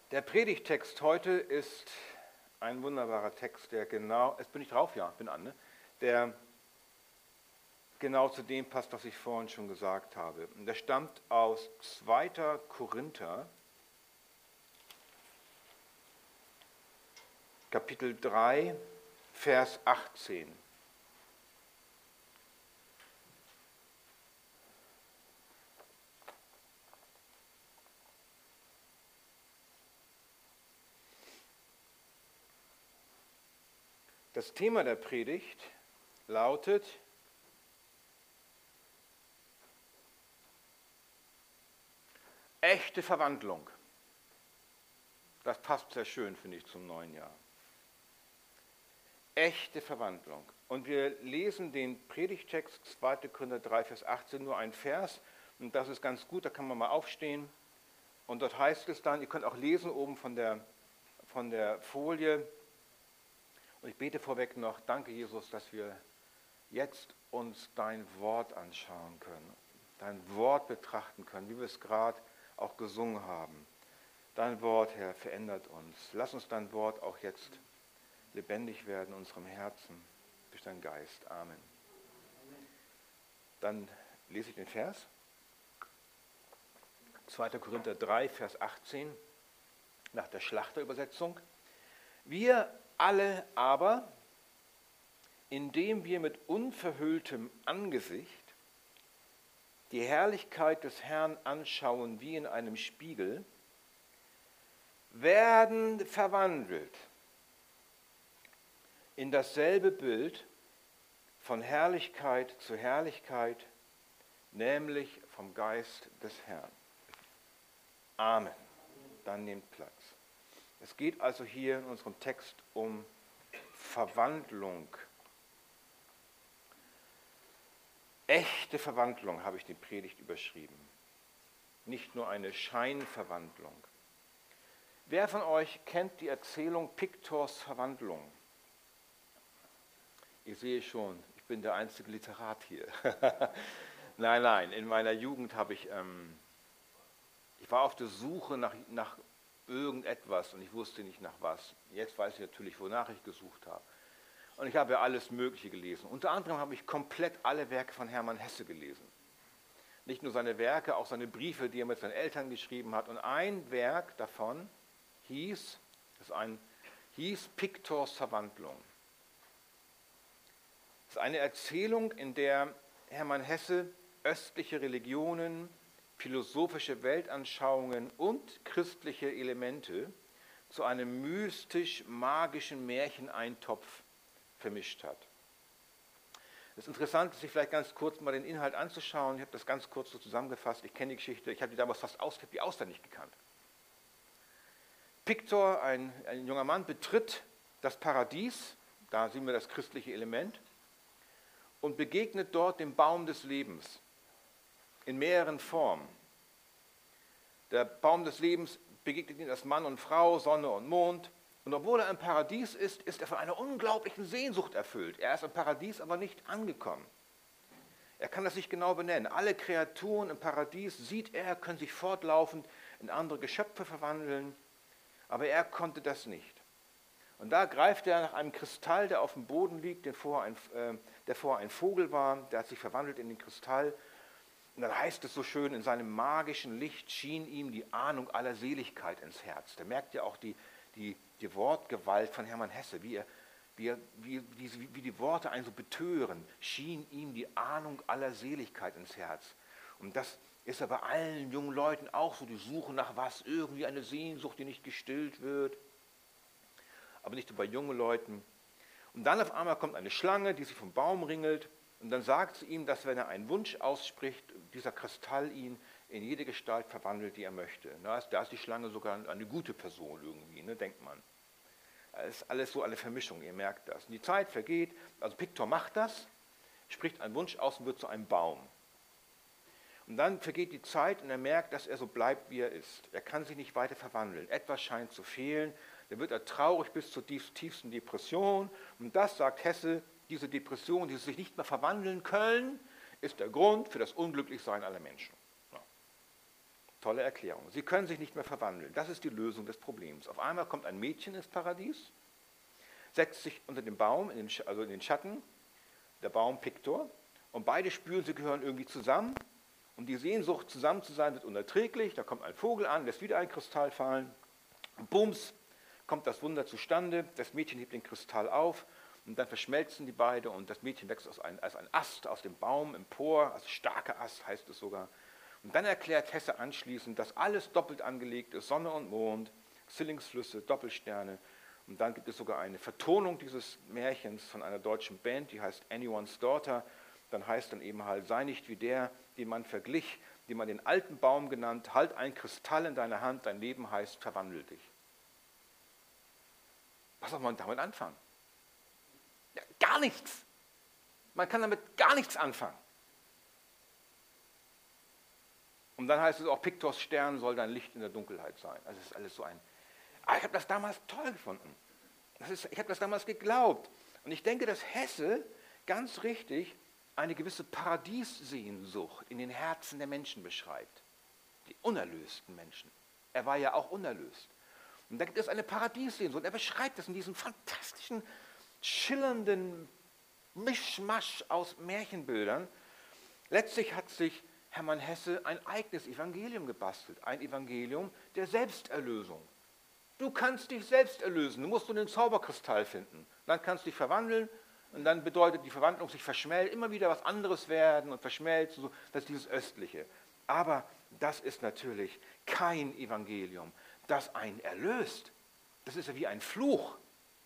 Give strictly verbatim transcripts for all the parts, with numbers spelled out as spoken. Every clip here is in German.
Der Predigttext heute ist ein wunderbarer Text, der genau, jetzt bin ich drauf, ja, bin an, ne? Der genau zu dem passt, was ich vorhin schon gesagt habe. Und der stammt aus zweiter Korinther, Kapitel drei, Vers achtzehn. Das Thema der Predigt lautet echte Verwandlung. Das passt sehr schön, finde ich, zum neuen Jahr. Echte Verwandlung. Und wir lesen den Predigttext zweiter Korinther drei, Vers achtzehn, nur ein Vers. Und das ist ganz gut, da kann man mal aufstehen. Und dort heißt es dann, ihr könnt auch lesen oben von der, von der Folie. Und ich bete vorweg noch, danke Jesus, dass wir jetzt uns dein Wort anschauen können, dein Wort betrachten können, wie wir es gerade auch gesungen haben. Dein Wort, Herr, verändert uns. Lass uns dein Wort auch jetzt lebendig werden in unserem Herzen durch deinen Geist. Amen. Dann lese ich den Vers. zweiter Korinther drei, Vers achtzehn, nach der Schlachterübersetzung. Wir alle aber, indem wir mit unverhülltem Angesicht die Herrlichkeit des Herrn anschauen wie in einem Spiegel, werden verwandelt in dasselbe Bild von Herrlichkeit zu Herrlichkeit, nämlich vom Geist des Herrn. Amen. Dann nehmt Platz. Es geht also hier in unserem Text um Verwandlung. Echte Verwandlung habe ich die Predigt überschrieben. Nicht nur eine Scheinverwandlung. Wer von euch kennt die Erzählung Piktors Verwandlung? Ich sehe schon, ich bin der einzige Literat hier. Nein, nein, in meiner Jugend habe ich, ähm, ich war auf der Suche nach, nach irgendetwas und ich wusste nicht nach was. Jetzt weiß ich natürlich, wonach ich gesucht habe. Und ich habe ja alles Mögliche gelesen. Unter anderem habe ich komplett alle Werke von Hermann Hesse gelesen. Nicht nur seine Werke, auch seine Briefe, die er mit seinen Eltern geschrieben hat. Und ein Werk davon hieß, das ist ein, hieß Piktors Verwandlung. Das ist eine Erzählung, in der Hermann Hesse östliche Religionen, philosophische Weltanschauungen und christliche Elemente zu einem mystisch-magischen Märcheneintopf vermischt hat. Es ist interessant, sich vielleicht ganz kurz mal den Inhalt anzuschauen. Ich habe das ganz kurz so zusammengefasst. Ich kenne die Geschichte, ich habe die damals fast aus, die auswendig gekannt. Piktor, ein, ein junger Mann, betritt das Paradies, da sehen wir das christliche Element, und begegnet dort dem Baum des Lebens. In mehreren Formen. Der Baum des Lebens begegnet ihm als Mann und Frau, Sonne und Mond. Und obwohl er im Paradies ist, ist er von einer unglaublichen Sehnsucht erfüllt. Er ist im Paradies aber nicht angekommen. Er kann das nicht genau benennen. Alle Kreaturen im Paradies sieht er, können sich fortlaufend in andere Geschöpfe verwandeln. Aber er konnte das nicht. Und da greift er nach einem Kristall, der auf dem Boden liegt, der vorher ein, äh, der vorher ein Vogel war. Der hat sich verwandelt in den Kristall. Und dann heißt es so schön, in seinem magischen Licht schien ihm die Ahnung aller Seligkeit ins Herz. Der merkt ja auch die, die, die Wortgewalt von Hermann Hesse, wie, er, wie, er, wie, wie, wie die Worte einen so betören, schien ihm die Ahnung aller Seligkeit ins Herz. Und das ist ja bei allen jungen Leuten auch so, die suchen nach was, irgendwie eine Sehnsucht, die nicht gestillt wird. Aber nicht nur bei jungen Leuten. Und dann auf einmal kommt eine Schlange, die sich vom Baum ringelt. Und dann sagt sie ihm, dass wenn er einen Wunsch ausspricht, dieser Kristall ihn in jede Gestalt verwandelt, die er möchte. Da ist, da ist die Schlange sogar eine gute Person irgendwie, ne, denkt man. Das ist alles so eine Vermischung, ihr merkt das. Und die Zeit vergeht, also Piktor macht das, spricht einen Wunsch aus und wird zu einem Baum. Und dann vergeht die Zeit und er merkt, dass er so bleibt, wie er ist. Er kann sich nicht weiter verwandeln. Etwas scheint zu fehlen. Dann wird er traurig bis zur tiefsten Depression. Und das, sagt Hesse, diese Depression, die sich nicht mehr verwandeln können, ist der Grund für das Unglücklichsein aller Menschen. Ja. tolle Erklärung. Sie können sich nicht mehr verwandeln. Das ist die Lösung des Problems. Auf einmal kommt ein Mädchen ins Paradies, setzt sich unter dem Baum, in den, also in den Schatten, der Baum Piktor, und beide spüren, sie gehören irgendwie zusammen. Und die Sehnsucht, zusammen zu sein, wird unerträglich. Da kommt ein Vogel an, lässt wieder einen Kristall fallen. Und bums, kommt das Wunder zustande. Das Mädchen hebt den Kristall auf und dann verschmelzen die beide und das Mädchen wächst aus ein, als ein Ast aus dem Baum empor, also starker Ast heißt es sogar. Und dann erklärt Hesse anschließend, dass alles doppelt angelegt ist, Sonne und Mond, Zwillingsflüsse, Doppelsterne. Und dann gibt es sogar eine Vertonung dieses Märchens von einer deutschen Band, die heißt Anyone's Daughter. Dann heißt dann eben halt, sei nicht wie der, den man verglich, den man den alten Baum genannt, halt ein Kristall in deiner Hand, dein Leben heißt, verwandel dich. Was soll man damit anfangen? Ja, gar nichts. Man kann damit gar nichts anfangen. Und dann heißt es auch, Piktors Stern soll dein Licht in der Dunkelheit sein. Also es ist alles so ein... Aber ich habe das damals toll gefunden. Das ist, ich habe das damals geglaubt. Und ich denke, dass Hesse ganz richtig eine gewisse Paradiessehnsucht in den Herzen der Menschen beschreibt. Die unerlösten Menschen. Er war ja auch unerlöst. Und da gibt es eine Paradiessehnsucht. Er beschreibt das in diesem fantastischen, schillernden Mischmasch aus Märchenbildern. Letztlich hat sich Hermann Hesse ein eigenes Evangelium gebastelt. Ein Evangelium der Selbsterlösung. Du kannst dich selbst erlösen. Du musst nur den Zauberkristall finden. Dann kannst du dich verwandeln. Und dann bedeutet die Verwandlung sich verschmelzen, immer wieder was anderes werden und verschmelzen. So, das ist dieses Östliche. Aber das ist natürlich kein Evangelium, das einen erlöst. Das ist ja wie ein Fluch.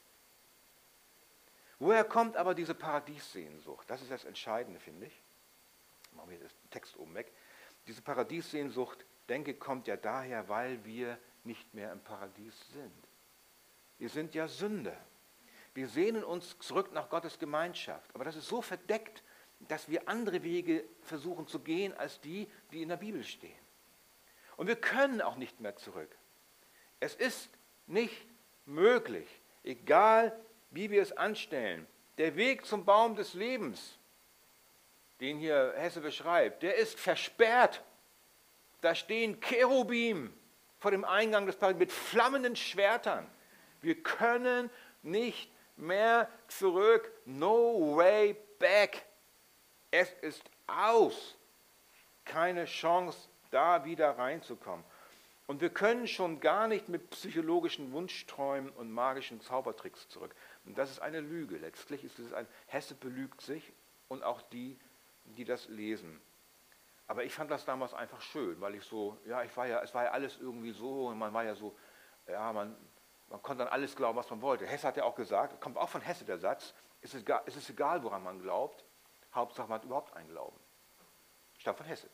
Woher kommt aber diese Paradiessehnsucht? Das ist das Entscheidende, finde ich. Machen wir den Text oben weg. Diese Paradiessehnsucht, denke, kommt ja daher, weil wir nicht mehr im Paradies sind. Wir sind ja Sünder. Wir sehnen uns zurück nach Gottes Gemeinschaft. Aber das ist so verdeckt, dass wir andere Wege versuchen zu gehen, als die, die in der Bibel stehen. Und wir können auch nicht mehr zurück. Es ist nicht möglich, egal wie wir es anstellen. Der Weg zum Baum des Lebens, den hier Hesse beschreibt, der ist versperrt. Da stehen Cherubim vor dem Eingang des Paradies mit flammenden Schwertern. Wir können nicht mehr zurück. No way back. Es ist aus. Keine Chance, da wieder reinzukommen. Und wir können schon gar nicht mit psychologischen Wunschträumen und magischen Zaubertricks zurück. Und das ist eine Lüge. Letztlich ist es ein, Hesse belügt sich und auch die, die das lesen. Aber ich fand das damals einfach schön, weil ich so, ja, ich war ja, es war ja alles irgendwie so und man war ja so, ja, man, man konnte an alles glauben, was man wollte. Hesse hat ja auch gesagt, kommt auch von Hesse der Satz, es ist egal, es ist egal woran man glaubt, Hauptsache man hat überhaupt einen Glauben. Stammt von Hesse.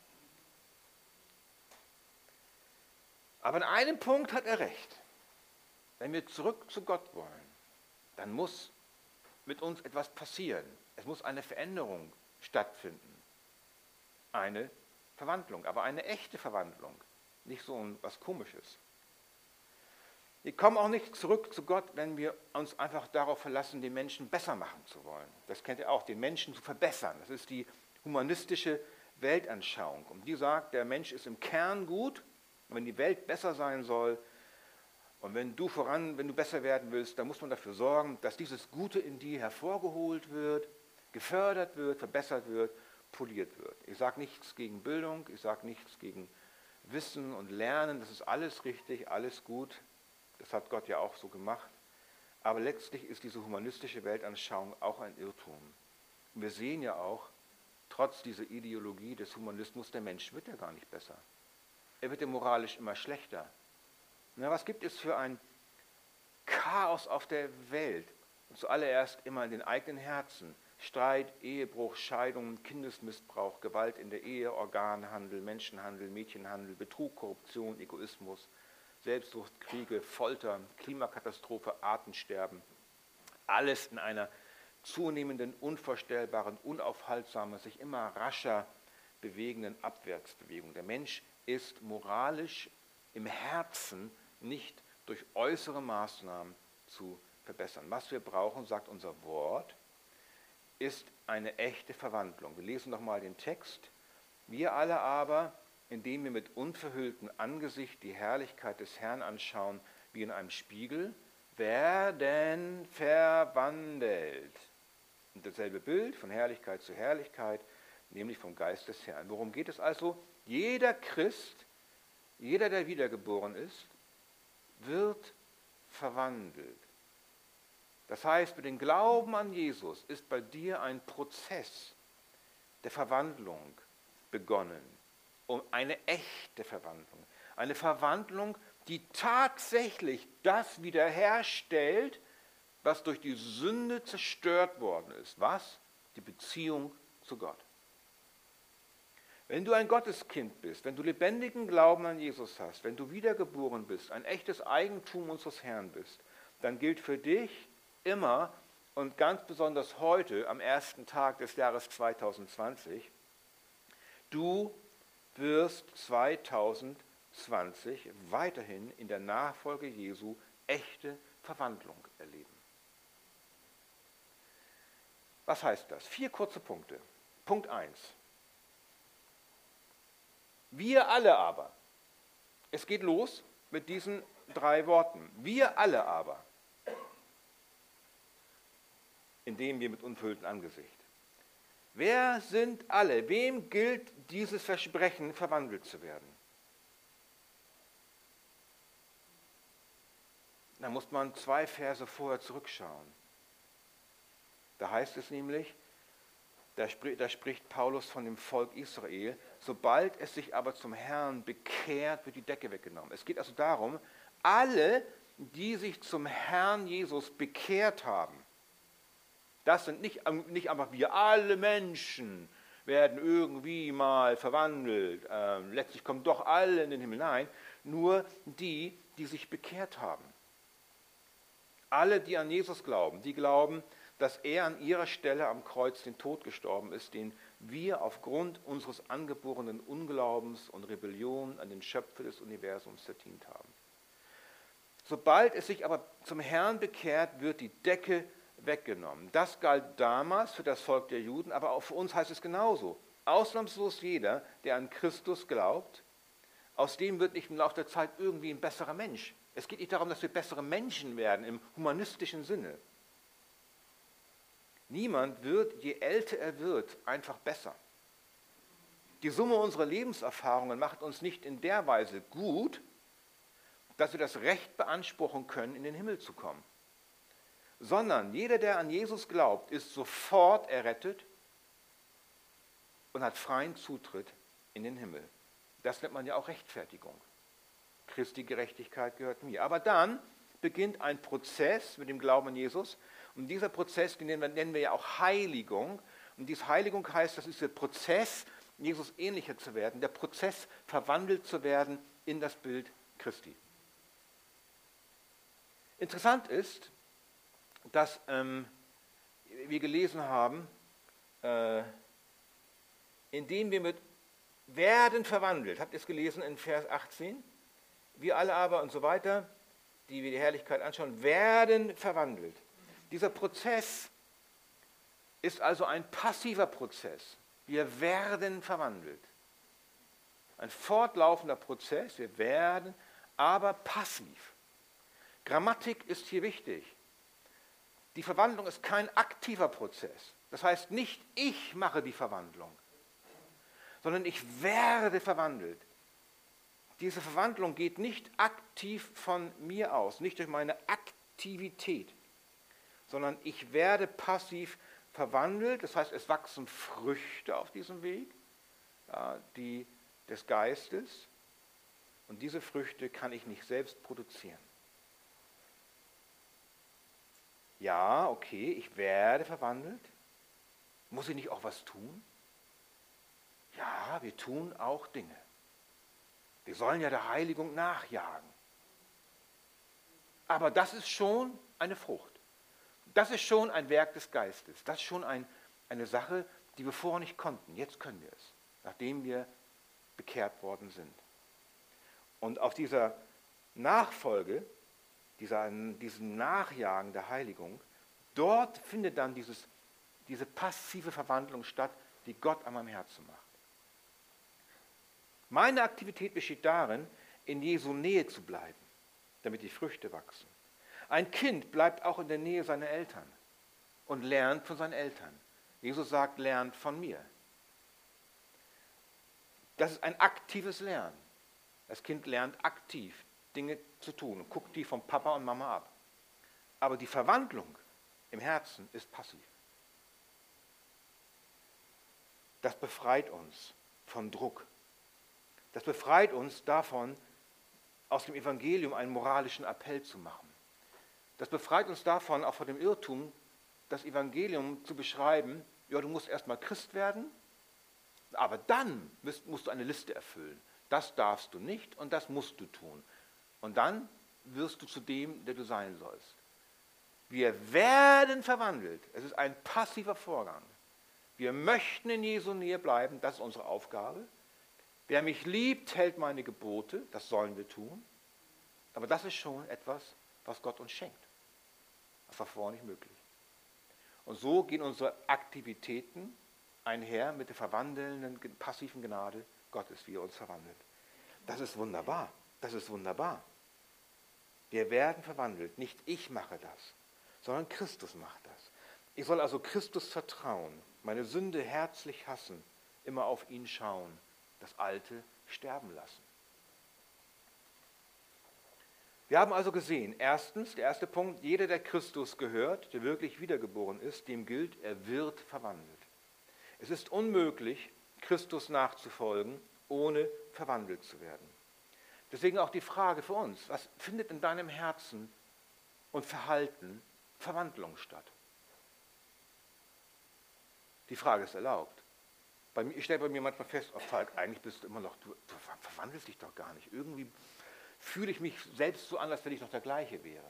Aber in einem Punkt hat er recht. Wenn wir zurück zu Gott wollen, dann muss mit uns etwas passieren. Es muss eine Veränderung stattfinden. Eine Verwandlung, aber eine echte Verwandlung. Nicht so etwas Komisches. Wir kommen auch nicht zurück zu Gott, wenn wir uns einfach darauf verlassen, den Menschen besser machen zu wollen. Das kennt ihr auch, den Menschen zu verbessern. Das ist die humanistische Weltanschauung. Und die sagt, der Mensch ist im Kern gut. Und wenn die Welt besser sein soll und wenn du voran, wenn du besser werden willst, dann muss man dafür sorgen, dass dieses Gute in dir hervorgeholt wird, gefördert wird, verbessert wird, poliert wird. Ich sage nichts gegen Bildung, ich sage nichts gegen Wissen und Lernen, das ist alles richtig, alles gut. Das hat Gott ja auch so gemacht. Aber letztlich ist diese humanistische Weltanschauung auch ein Irrtum. Und wir sehen ja auch, trotz dieser Ideologie des Humanismus, der Mensch wird ja gar nicht besser. Er wird ja moralisch immer schlechter. Na, was gibt es für ein Chaos auf der Welt? Und zuallererst immer in den eigenen Herzen. Streit, Ehebruch, Scheidung, Kindesmissbrauch, Gewalt in der Ehe, Organhandel, Menschenhandel, Mädchenhandel, Betrug, Korruption, Egoismus, Selbstsucht, Kriege, Folter, Klimakatastrophe, Artensterben. Alles in einer zunehmenden, unvorstellbaren, unaufhaltsamen, sich immer rascher bewegenden Abwärtsbewegung. Der Mensch ist moralisch im Herzen nicht durch äußere Maßnahmen zu verbessern. Was wir brauchen, sagt unser Wort, ist eine echte Verwandlung. Wir lesen nochmal den Text. Wir alle aber, indem wir mit unverhülltem Angesicht die Herrlichkeit des Herrn anschauen, wie in einem Spiegel, werden verwandelt. Und dasselbe Bild von Herrlichkeit zu Herrlichkeit, nämlich vom Geist des Herrn. Worum geht es also? Jeder Christ, jeder, der wiedergeboren ist, wird verwandelt. Das heißt, mit dem Glauben an Jesus ist bei dir ein Prozess der Verwandlung begonnen. Um eine echte Verwandlung. Eine Verwandlung, die tatsächlich das wiederherstellt, was durch die Sünde zerstört worden ist. Was? Die Beziehung zu Gott. Wenn du ein Gotteskind bist, wenn du lebendigen Glauben an Jesus hast, wenn du wiedergeboren bist, ein echtes Eigentum unseres Herrn bist, dann gilt für dich immer und ganz besonders heute, am ersten Tag des Jahres zweitausendzwanzig, du wirst zweitausendzwanzig weiterhin in der Nachfolge Jesu echte Verwandlung erleben. Was heißt das? Vier kurze Punkte. Punkt eins. Wir alle aber. Es geht los mit diesen drei Worten. Wir alle aber. Indem wir mit unverhülltem Angesicht. Wer sind alle? Wem gilt dieses Versprechen, verwandelt zu werden? Da muss man zwei Verse vorher zurückschauen. Da heißt es nämlich, da spricht, da spricht Paulus von dem Volk Israel, sobald es sich aber zum Herrn bekehrt, wird die Decke weggenommen. Es geht also darum, alle, die sich zum Herrn Jesus bekehrt haben, das sind nicht, nicht einfach wir, alle Menschen werden irgendwie mal verwandelt, ähm, letztlich kommen doch alle in den Himmel. Nein, nur die, die sich bekehrt haben. Alle, die an Jesus glauben, die glauben, dass er an ihrer Stelle am Kreuz den Tod gestorben ist, den wir aufgrund unseres angeborenen Unglaubens und Rebellion an den Schöpfer des Universums verdient haben. Sobald es sich aber zum Herrn bekehrt, wird die Decke weggenommen. Das galt damals für das Volk der Juden, aber auch für uns heißt es genauso. Ausnahmslos jeder, der an Christus glaubt, aus dem wird nicht im Laufe der Zeit irgendwie ein besserer Mensch. Es geht nicht darum, dass wir bessere Menschen werden im humanistischen Sinne. Niemand wird, je älter er wird, einfach besser. Die Summe unserer Lebenserfahrungen macht uns nicht in der Weise gut, dass wir das Recht beanspruchen können, in den Himmel zu kommen. Sondern jeder, der an Jesus glaubt, ist sofort errettet und hat freien Zutritt in den Himmel. Das nennt man ja auch Rechtfertigung. Christi Gerechtigkeit gehört mir. Aber dann beginnt ein Prozess mit dem Glauben an Jesus. Und dieser Prozess, den nennen wir, nennen wir ja auch Heiligung. Und diese Heiligung heißt, das ist der Prozess, Jesus ähnlicher zu werden, der Prozess, verwandelt zu werden in das Bild Christi. Interessant ist, dass ähm, wir gelesen haben, äh, indem wir mit werden verwandelt. Habt ihr es gelesen in Vers achtzehn? Wir alle aber und so weiter, die wir die Herrlichkeit anschauen, werden verwandelt. Dieser Prozess ist also ein passiver Prozess. Wir werden verwandelt. Ein fortlaufender Prozess, wir werden, aber passiv. Grammatik ist hier wichtig. Die Verwandlung ist kein aktiver Prozess. Das heißt nicht, ich mache die Verwandlung, sondern ich werde verwandelt. Diese Verwandlung geht nicht aktiv von mir aus, nicht durch meine Aktivität, sondern ich werde passiv verwandelt. Das heißt, es wachsen Früchte auf diesem Weg, ja, die des Geistes. Und diese Früchte kann ich nicht selbst produzieren. Ja, okay, ich werde verwandelt. Muss ich nicht auch was tun? Ja, wir tun auch Dinge. Wir sollen ja der Heiligung nachjagen. Aber das ist schon eine Frucht. Das ist schon ein Werk des Geistes. Das ist schon ein, eine Sache, die wir vorher nicht konnten. Jetzt können wir es, nachdem wir bekehrt worden sind. Und auf dieser Nachfolge, dieser, diesem Nachjagen der Heiligung, dort findet dann dieses, diese passive Verwandlung statt, die Gott an meinem Herzen macht. Meine Aktivität besteht darin, in Jesu Nähe zu bleiben, damit die Früchte wachsen. Ein Kind bleibt auch in der Nähe seiner Eltern und lernt von seinen Eltern. Jesus sagt, lernt von mir. Das ist ein aktives Lernen. Das Kind lernt aktiv Dinge zu tun und guckt die von Papa und Mama ab. Aber die Verwandlung im Herzen ist passiv. Das befreit uns von Druck. Das befreit uns davon, aus dem Evangelium einen moralischen Appell zu machen. Das befreit uns davon, auch von dem Irrtum, das Evangelium zu beschreiben, ja, du musst erstmal Christ werden, aber dann musst, musst du eine Liste erfüllen. Das darfst du nicht und das musst du tun. Und dann wirst du zu dem, der du sein sollst. Wir werden verwandelt. Es ist ein passiver Vorgang. Wir möchten in Jesu Nähe bleiben, das ist unsere Aufgabe. Wer mich liebt, hält meine Gebote, das sollen wir tun. Aber das ist schon etwas, was Gott uns schenkt. Das war vorher nicht möglich. Und so gehen unsere Aktivitäten einher mit der verwandelnden, passiven Gnade Gottes, wie er uns verwandelt. Das ist wunderbar. Das ist wunderbar. Wir werden verwandelt. Nicht ich mache das, sondern Christus macht das. Ich soll also Christus vertrauen, meine Sünde herzlich hassen, immer auf ihn schauen, das Alte sterben lassen. Wir haben also gesehen, erstens, der erste Punkt, jeder, der Christus gehört, der wirklich wiedergeboren ist, dem gilt, er wird verwandelt. Es ist unmöglich, Christus nachzufolgen, ohne verwandelt zu werden. Deswegen auch die Frage für uns, was findet in deinem Herzen und Verhalten Verwandlung statt? Die Frage ist erlaubt. Bei mir, ich stelle bei mir manchmal fest, oh Falk, eigentlich bist du immer noch, du, du verwandelst dich doch gar nicht. Irgendwie fühle ich mich selbst so an, als wenn ich noch der gleiche wäre.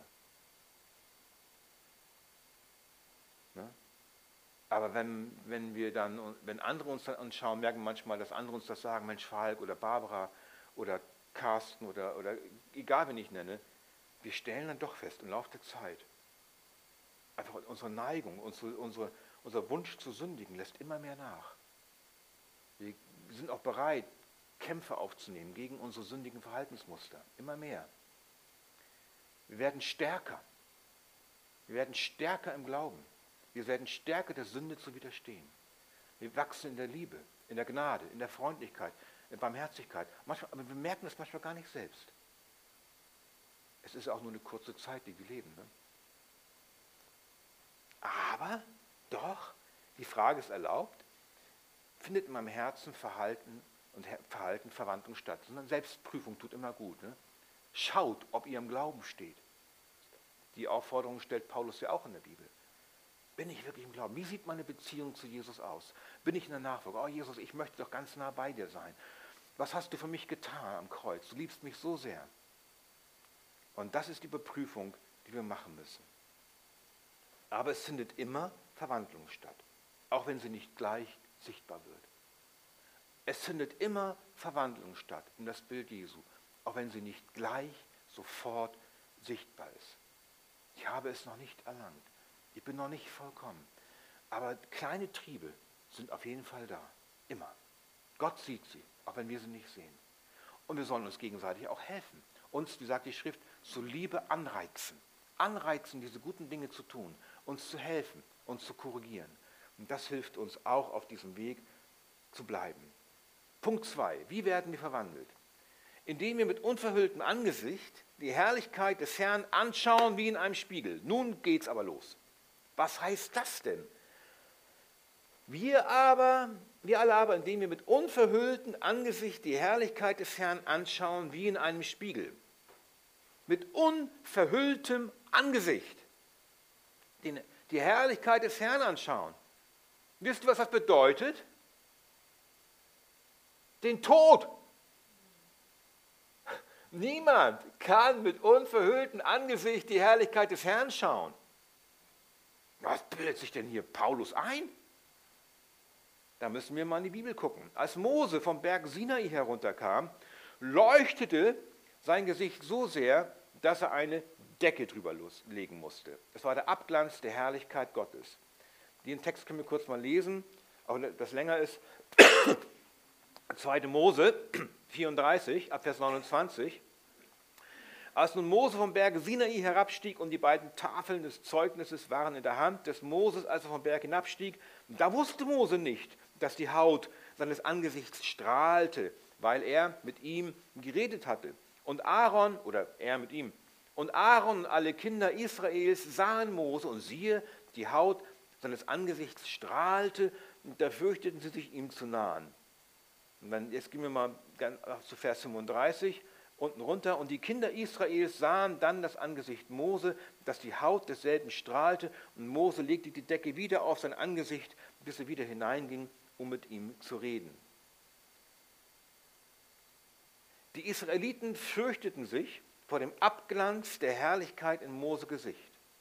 Ne? Aber wenn, wenn wir dann, wenn andere uns dann anschauen, merken wir manchmal, dass andere uns das sagen, Mensch, Falk oder Barbara oder Carsten oder, oder egal, wen ich nenne, wir stellen dann doch fest im Laufe der Zeit, einfach unsere Neigung, unsere, unsere, unser Wunsch zu sündigen lässt immer mehr nach. Wir sind auch bereit, Kämpfe aufzunehmen gegen unsere sündigen Verhaltensmuster. Immer mehr. Wir werden stärker. Wir werden stärker im Glauben. Wir werden stärker, der Sünde zu widerstehen. Wir wachsen in der Liebe, in der Gnade, in der Freundlichkeit, in der Barmherzigkeit. Manchmal, aber wir merken das manchmal gar nicht selbst. Es ist auch nur eine kurze Zeit, die wir leben. Ne? Aber doch, die Frage ist erlaubt, findet in meinem Herzen Verhalten und Verhalten Verwandlung statt. Sondern Selbstprüfung tut immer gut. Ne? Schaut, ob ihr im Glauben steht. Die Aufforderung stellt Paulus ja auch in der Bibel. Bin ich wirklich im Glauben? Wie sieht meine Beziehung zu Jesus aus? Bin ich in der Nachfolge? Oh Jesus, ich möchte doch ganz nah bei dir sein. Was hast du für mich getan am Kreuz? Du liebst mich so sehr. Und das ist die Überprüfung, die wir machen müssen. Aber es findet immer Verwandlung statt, auch wenn sie nicht gleich sichtbar wird. Es findet immer Verwandlung statt in das Bild Jesu, auch wenn sie nicht gleich sofort sichtbar ist. Ich habe es noch nicht erlangt. Ich bin noch nicht vollkommen. Aber kleine Triebe sind auf jeden Fall da. Immer. Gott sieht sie, auch wenn wir sie nicht sehen. Und wir sollen uns gegenseitig auch helfen. Uns, wie sagt die Schrift, zur Liebe anreizen. Anreizen, diese guten Dinge zu tun. Uns zu helfen, uns zu korrigieren. Und das hilft uns auch auf diesem Weg zu bleiben. Punkt zwei. Wie werden wir verwandelt? Indem wir mit unverhülltem Angesicht die Herrlichkeit des Herrn anschauen wie in einem Spiegel. Nun geht's aber los. Was heißt das denn? Wir aber, wir alle aber, indem wir mit unverhülltem Angesicht die Herrlichkeit des Herrn anschauen wie in einem Spiegel. Mit unverhülltem Angesicht. Den, die Herrlichkeit des Herrn anschauen. Wisst ihr, was das bedeutet? Den Tod. Niemand kann mit unverhülltem Angesicht die Herrlichkeit des Herrn schauen. Was bildet sich denn hier Paulus ein? Da müssen wir mal in die Bibel gucken. Als Mose vom Berg Sinai herunterkam, leuchtete sein Gesicht so sehr, dass er eine Decke drüber legen musste. Das war der Abglanz der Herrlichkeit Gottes. Den Text können wir kurz mal lesen, auch wenn das länger ist. zweite. Mose vierunddreißig, ab Vers neunundzwanzig. Als nun Mose vom Berge Sinai herabstieg und die beiden Tafeln des Zeugnisses waren in der Hand des Moses, als er vom Berg hinabstieg, da wusste Mose nicht, dass die Haut seines Angesichts strahlte, weil er mit ihm geredet hatte. Und Aaron, oder er mit ihm, und Aaron und alle Kinder Israels sahen Mose und siehe, die Haut seines Angesichts strahlte und da fürchteten sie sich, ihm zu nahen. Und dann, jetzt gehen wir mal zu Vers fünfunddreißig, unten runter. Und die Kinder Israels sahen dann das Angesicht Mose, dass die Haut desselben strahlte. Und Mose legte die Decke wieder auf sein Angesicht, bis er wieder hineinging, um mit ihm zu reden. Die Israeliten fürchteten sich vor dem Abglanz der Herrlichkeit in Mose Gesicht.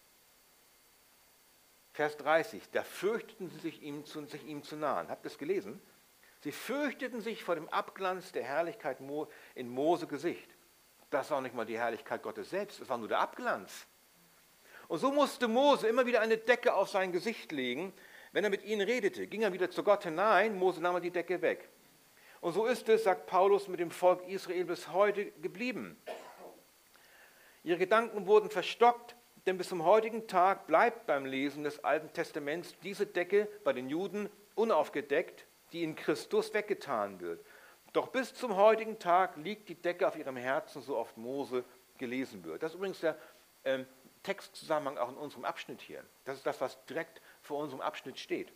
Vers dreißig, da fürchteten sie sich, ihm zu, sich ihm zu nahen. Habt ihr das gelesen? Sie fürchteten sich vor dem Abglanz der Herrlichkeit in Mose Gesicht. Das war nicht mal die Herrlichkeit Gottes selbst, das war nur der Abglanz. Und so musste Mose immer wieder eine Decke auf sein Gesicht legen, wenn er mit ihnen redete. Ging er wieder zu Gott hinein, Mose nahm er die Decke weg. Und so ist es, sagt Paulus, mit dem Volk Israel bis heute geblieben. Ihre Gedanken wurden verstockt, denn bis zum heutigen Tag bleibt beim Lesen des Alten Testaments diese Decke bei den Juden unaufgedeckt, die in Christus weggetan wird. Doch bis zum heutigen Tag liegt die Decke auf ihrem Herzen, so oft Mose gelesen wird. Das ist übrigens der ähm, Textzusammenhang auch in unserem Abschnitt hier. Das ist das, was direkt vor unserem Abschnitt steht.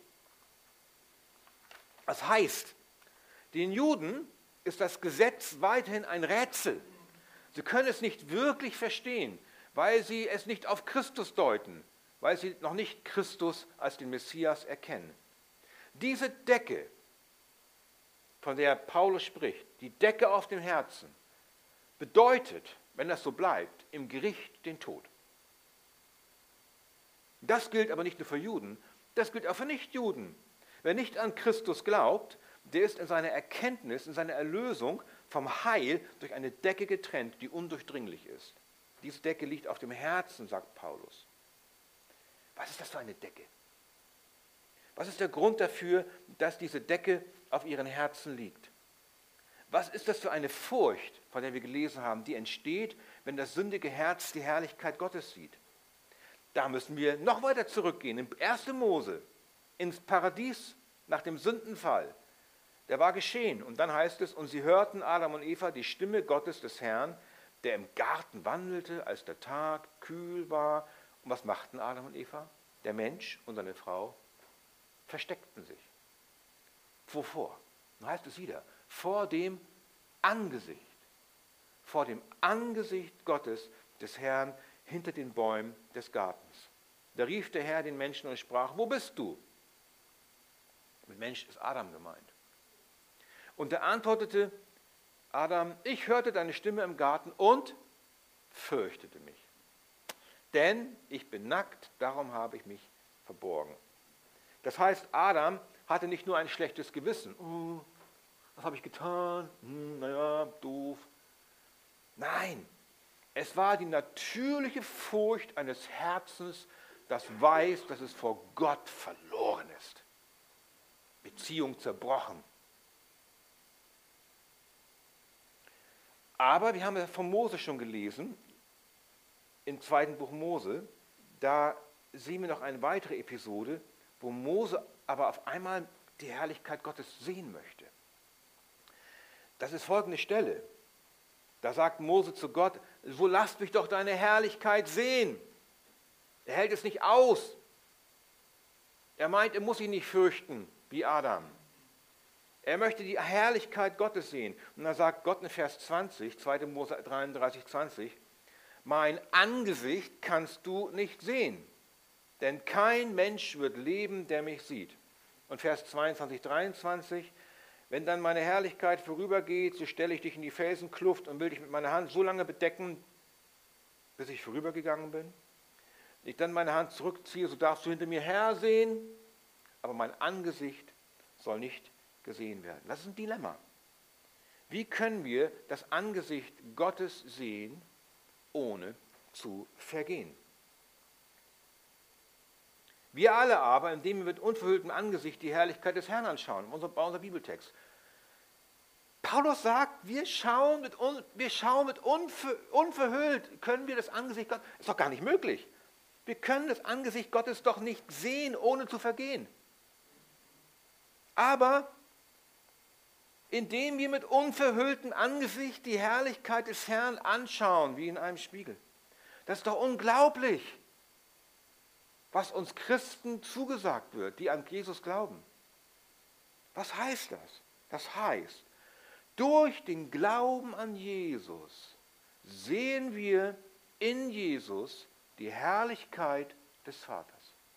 Das heißt, den Juden ist das Gesetz weiterhin ein Rätsel. Sie können es nicht wirklich verstehen, weil sie es nicht auf Christus deuten, weil sie noch nicht Christus als den Messias erkennen. Diese Decke, von der Paulus spricht, die Decke auf dem Herzen, bedeutet, wenn das so bleibt, im Gericht den Tod. Das gilt aber nicht nur für Juden, das gilt auch für Nichtjuden. Wer nicht an Christus glaubt, der ist in seiner Erkenntnis, in seiner Erlösung vom Heil durch eine Decke getrennt, die undurchdringlich ist. Diese Decke liegt auf dem Herzen, sagt Paulus. Was ist das für eine Decke? Was ist der Grund dafür, dass diese Decke auf ihren Herzen liegt? Was ist das für eine Furcht, von der wir gelesen haben, die entsteht, wenn das sündige Herz die Herrlichkeit Gottes sieht? Da müssen wir noch weiter zurückgehen, in erste. Mose, ins Paradies nach dem Sündenfall. Der war geschehen. Und dann heißt es, und sie hörten Adam und Eva die Stimme Gottes des Herrn, der im Garten wandelte, als der Tag kühl war. Und was machten Adam und Eva? Der Mensch und seine Frau versteckten sich. Wovor? Dann heißt es wieder, vor dem Angesicht. Vor dem Angesicht Gottes des Herrn hinter den Bäumen des Gartens. Da rief der Herr den Menschen und sprach, wo bist du? Mit Mensch ist Adam gemeint. Und er antwortete, Adam, ich hörte deine Stimme im Garten und fürchtete mich. Denn ich bin nackt, darum habe ich mich verborgen. Das heißt, Adam hatte nicht nur ein schlechtes Gewissen. Oh, was habe ich getan? Hm, naja, doof. Nein, es war die natürliche Furcht eines Herzens, das weiß, dass es vor Gott verloren ist. Beziehung zerbrochen. Aber wir haben ja von Mose schon gelesen, im zweiten Buch Mose, da sehen wir noch eine weitere Episode, wo Mose aber auf einmal die Herrlichkeit Gottes sehen möchte. Das ist folgende Stelle. Da sagt Mose zu Gott, so lasst mich doch deine Herrlichkeit sehen. Er hält es nicht aus. Er meint, er muss sich nicht fürchten, wie Adam. Er möchte die Herrlichkeit Gottes sehen. Und da sagt Gott in Vers zwanzig, zweite Mose dreiunddreißig, zwanzig, mein Angesicht kannst du nicht sehen, denn kein Mensch wird leben, der mich sieht. Und Vers zweiundzwanzig, dreiundzwanzig, wenn dann meine Herrlichkeit vorübergeht, so stelle ich dich in die Felsenkluft und will dich mit meiner Hand so lange bedecken, bis ich vorübergegangen bin. Wenn ich dann meine Hand zurückziehe, so darfst du hinter mir hersehen, aber mein Angesicht soll nicht gesehen werden. Das ist ein Dilemma. Wie können wir das Angesicht Gottes sehen, ohne zu vergehen? Wir alle aber, indem wir mit unverhülltem Angesicht die Herrlichkeit des Herrn anschauen, bei unserem Bibeltext. Paulus sagt, wir schauen mit, un, wir schauen mit unver, unverhüllt, können wir das Angesicht Gottes, ist doch gar nicht möglich. Wir können das Angesicht Gottes doch nicht sehen, ohne zu vergehen. Aber indem wir mit unverhülltem Angesicht die Herrlichkeit des Herrn anschauen, wie in einem Spiegel. Das ist doch unglaublich, was uns Christen zugesagt wird, die an Jesus glauben. Was heißt das? Das heißt, durch den Glauben an Jesus sehen wir in Jesus die Herrlichkeit des Vaters.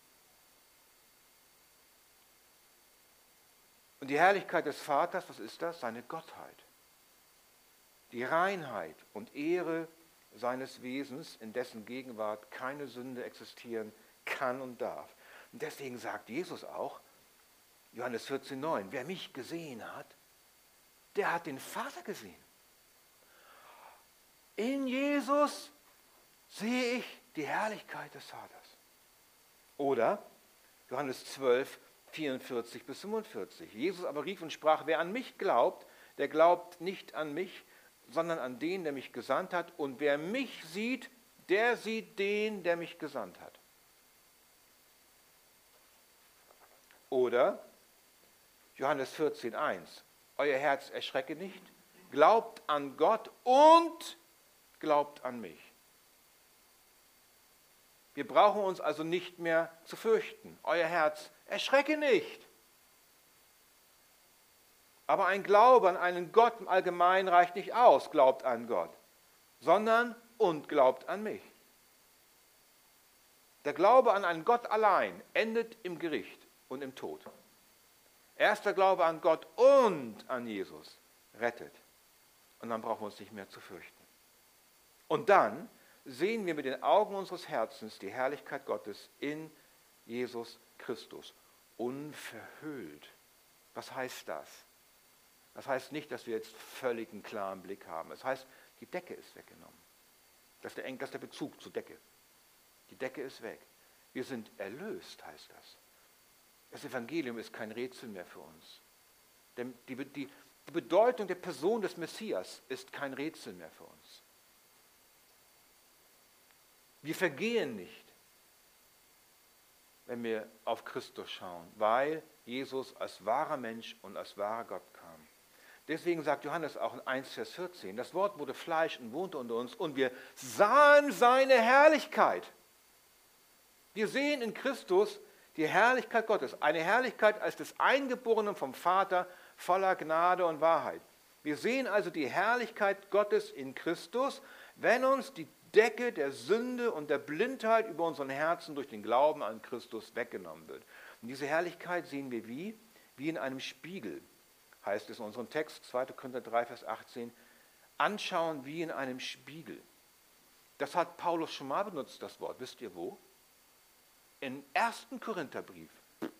Und die Herrlichkeit des Vaters, was ist das? Seine Gottheit. Die Reinheit und Ehre seines Wesens, in dessen Gegenwart keine Sünde existieren kann und darf. Und deswegen sagt Jesus auch, Johannes vierzehn neun, wer mich gesehen hat, der hat den Vater gesehen. In Jesus sehe ich die Herrlichkeit des Vaters. Oder Johannes zwölf, vierundvierzig bis fünfundvierzig. Jesus aber rief und sprach, wer an mich glaubt, der glaubt nicht an mich, sondern an den, der mich gesandt hat. Und wer mich sieht, der sieht den, der mich gesandt hat. Oder Johannes vierzehn eins. Euer Herz erschrecke nicht, glaubt an Gott und glaubt an mich. Wir brauchen uns also nicht mehr zu fürchten. Euer Herz erschrecke nicht. Aber ein Glaube an einen Gott im Allgemeinen reicht nicht aus, glaubt an Gott, sondern und glaubt an mich. Der Glaube an einen Gott allein endet im Gericht und im Tod. Erster Glaube an Gott und an Jesus rettet. Und dann brauchen wir uns nicht mehr zu fürchten. Und dann sehen wir mit den Augen unseres Herzens die Herrlichkeit Gottes in Jesus Christus. Unverhüllt. Was heißt das? Das heißt nicht, dass wir jetzt völlig einen klaren Blick haben. Es heißt, die Decke ist weggenommen. Das ist der, das ist der Bezug zur Decke. Die Decke ist weg. Wir sind erlöst, heißt das. Das Evangelium ist kein Rätsel mehr für uns. Denn die, die, die Bedeutung der Person des Messias ist kein Rätsel mehr für uns. Wir vergehen nicht, wenn wir auf Christus schauen, weil Jesus als wahrer Mensch und als wahrer Gott kam. Deswegen sagt Johannes auch in eins Vers vierzehn, das Wort wurde Fleisch und wohnte unter uns und wir sahen seine Herrlichkeit. Wir sehen in Christus die Herrlichkeit Gottes, eine Herrlichkeit als des Eingeborenen vom Vater voller Gnade und Wahrheit. Wir sehen also die Herrlichkeit Gottes in Christus, wenn uns die Decke der Sünde und der Blindheit über unseren Herzen durch den Glauben an Christus weggenommen wird. Und diese Herrlichkeit sehen wir wie? Wie in einem Spiegel, heißt es in unserem Text, zweiter Korinther drei, Vers achtzehn, anschauen wie in einem Spiegel. Das hat Paulus schon mal benutzt, das Wort. Wisst ihr wo? Im ersten Korintherbrief.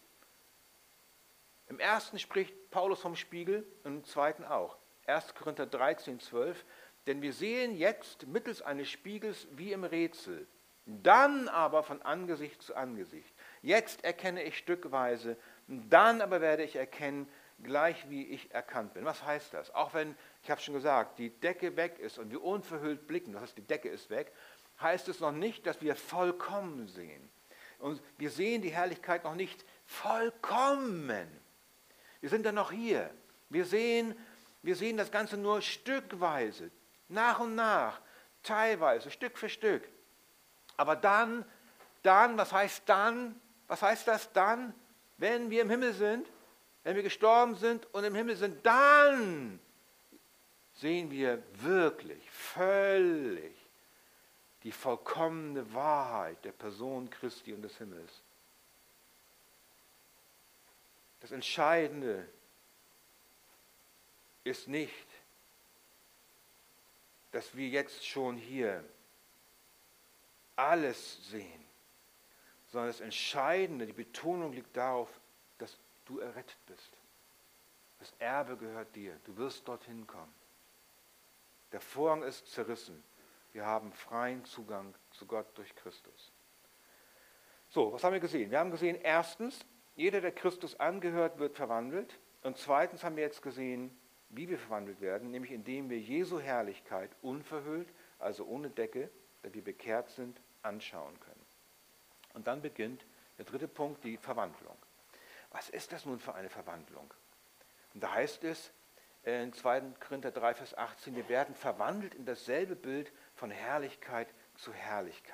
Im ersten spricht Paulus vom Spiegel und im zweiten auch. erster Korinther dreizehn, zwölf. Denn wir sehen jetzt mittels eines Spiegels wie im Rätsel, dann aber von Angesicht zu Angesicht. Jetzt erkenne ich stückweise, dann aber werde ich erkennen, gleich wie ich erkannt bin. Was heißt das? Auch wenn, ich habe schon gesagt, die Decke weg ist und wir unverhüllt blicken, das heißt, die Decke ist weg, heißt es noch nicht, dass wir vollkommen sehen. Und wir sehen die Herrlichkeit noch nicht vollkommen. Wir sind dann noch hier. Wir sehen, wir sehen das Ganze nur stückweise, nach und nach, teilweise, Stück für Stück. Aber dann, dann, was heißt dann? Was heißt das dann? Wenn wir im Himmel sind, wenn wir gestorben sind und im Himmel sind, dann sehen wir wirklich, völlig die vollkommene Wahrheit der Person Christi und des Himmels. Das Entscheidende ist nicht, dass wir jetzt schon hier alles sehen, sondern das Entscheidende, die Betonung liegt darauf, dass du errettet bist. Das Erbe gehört dir. Du wirst dorthin kommen. Der Vorhang ist zerrissen. Wir haben freien Zugang zu Gott durch Christus. So, was haben wir gesehen? Wir haben gesehen, erstens, jeder, der Christus angehört, wird verwandelt. Und zweitens haben wir jetzt gesehen, wie wir verwandelt werden, nämlich indem wir Jesu Herrlichkeit unverhüllt, also ohne Decke, da wir bekehrt sind, anschauen können. Und dann beginnt der dritte Punkt, die Verwandlung. Was ist das nun für eine Verwandlung? Und da heißt es in zweiter Korinther drei, Vers achtzehn, wir werden verwandelt in dasselbe Bild von Herrlichkeit zu Herrlichkeit.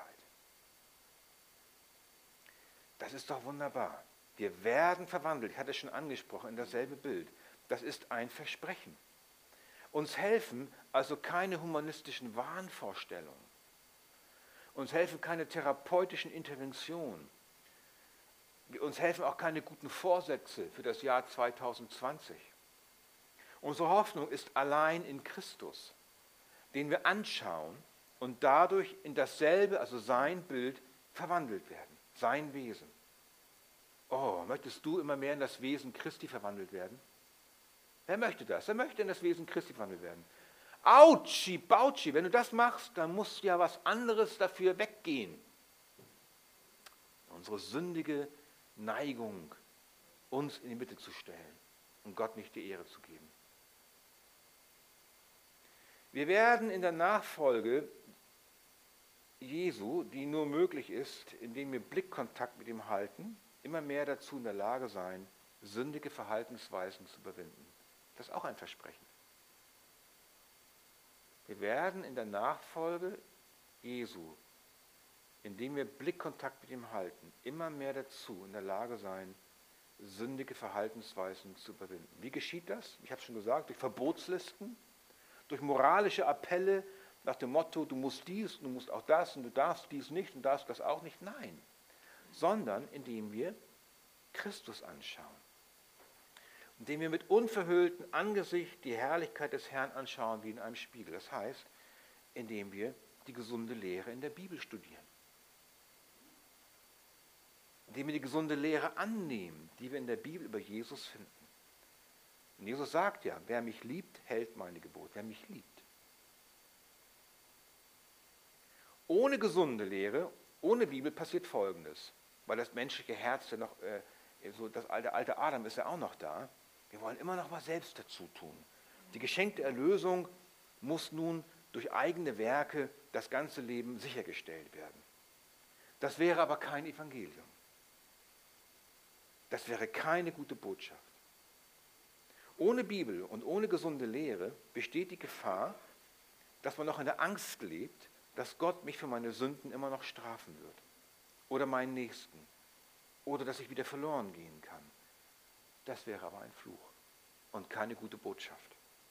Das ist doch wunderbar. Wir werden verwandelt, ich hatte es schon angesprochen, in dasselbe Bild. Das ist ein Versprechen. Uns helfen also keine humanistischen Wahnvorstellungen. Uns helfen keine therapeutischen Interventionen. Uns helfen auch keine guten Vorsätze für das Jahr zweitausendzwanzig. Unsere Hoffnung ist allein in Christus, den wir anschauen und dadurch in dasselbe, also sein Bild, verwandelt werden, sein Wesen. Oh, möchtest du immer mehr in das Wesen Christi verwandelt werden? Wer möchte das? Wer möchte in das Wesen Christi verwandelt werden? Autschi, Bautschi, wenn du das machst, dann muss ja was anderes dafür weggehen. Unsere sündige Neigung, uns in die Mitte zu stellen und Gott nicht die Ehre zu geben. Wir werden in der Nachfolge Jesu, die nur möglich ist, indem wir Blickkontakt mit ihm halten, immer mehr dazu in der Lage sein, sündige Verhaltensweisen zu überwinden. Das ist auch ein Versprechen. Wir werden in der Nachfolge Jesu, indem wir Blickkontakt mit ihm halten, immer mehr dazu in der Lage sein, sündige Verhaltensweisen zu überwinden. Wie geschieht das? Ich habe es schon gesagt, durch Verbotslisten, durch moralische Appelle nach dem Motto, du musst dies, du musst auch das und du darfst dies nicht und darfst das auch nicht. Nein, sondern indem wir Christus anschauen. Indem wir mit unverhülltem Angesicht die Herrlichkeit des Herrn anschauen wie in einem Spiegel. Das heißt, indem wir die gesunde Lehre in der Bibel studieren. Indem wir die gesunde Lehre annehmen, die wir in der Bibel über Jesus finden. Und Jesus sagt ja, wer mich liebt, hält meine Gebote. Wer mich liebt. Ohne gesunde Lehre, ohne Bibel passiert Folgendes. Weil das menschliche Herz ja noch, äh, so das alte, alte Adam ist ja auch noch da. Wir wollen immer noch was selbst dazu tun. Die geschenkte Erlösung muss nun durch eigene Werke das ganze Leben sichergestellt werden. Das wäre aber kein Evangelium. Das wäre keine gute Botschaft. Ohne Bibel und ohne gesunde Lehre besteht die Gefahr, dass man noch in der Angst lebt, dass Gott mich für meine Sünden immer noch strafen wird. Oder meinen Nächsten. Oder dass ich wieder verloren gehen kann. Das wäre aber ein Fluch und keine gute Botschaft.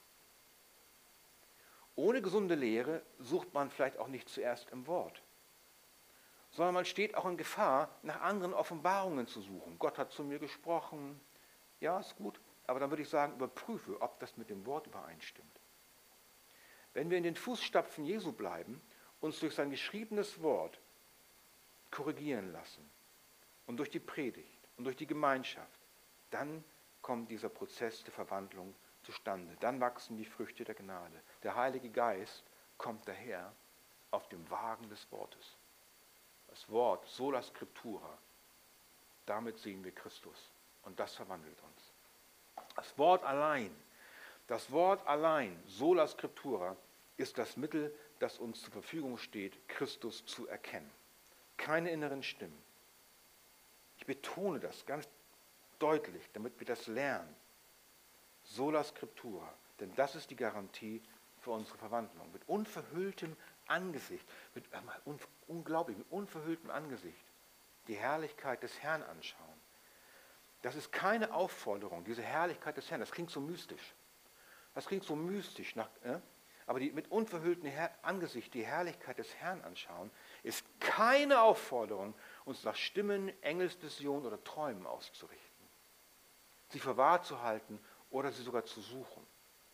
Ohne gesunde Lehre sucht man vielleicht auch nicht zuerst im Wort, sondern man steht auch in Gefahr, nach anderen Offenbarungen zu suchen. Gott hat zu mir gesprochen, ja, ist gut, aber dann würde ich sagen, überprüfe, ob das mit dem Wort übereinstimmt. Wenn wir in den Fußstapfen Jesu bleiben, uns durch sein geschriebenes Wort korrigieren lassen und durch die Predigt und durch die Gemeinschaft, dann kommt dieser Prozess der Verwandlung zustande. Dann wachsen die Früchte der Gnade. Der Heilige Geist kommt daher auf dem Wagen des Wortes. Das Wort, sola scriptura, damit sehen wir Christus. Und das verwandelt uns. Das Wort allein, das Wort allein, sola scriptura, ist das Mittel, das uns zur Verfügung steht, Christus zu erkennen. Keine inneren Stimmen. Ich betone das ganz deutlich, damit wir das lernen. Sola scriptura, denn das ist die Garantie für unsere Verwandlung. Mit unverhülltem Angesicht, mit un, unglaublich, mit unverhülltem Angesicht die Herrlichkeit des Herrn anschauen. Das ist keine Aufforderung, diese Herrlichkeit des Herrn, das klingt so mystisch. Das klingt so mystisch, nach, äh? aber die, mit unverhülltem Her- Angesicht die Herrlichkeit des Herrn anschauen, ist keine Aufforderung, uns nach Stimmen, Engelsvisionen oder Träumen auszurichten. Sie für wahr zu halten oder sie sogar zu suchen.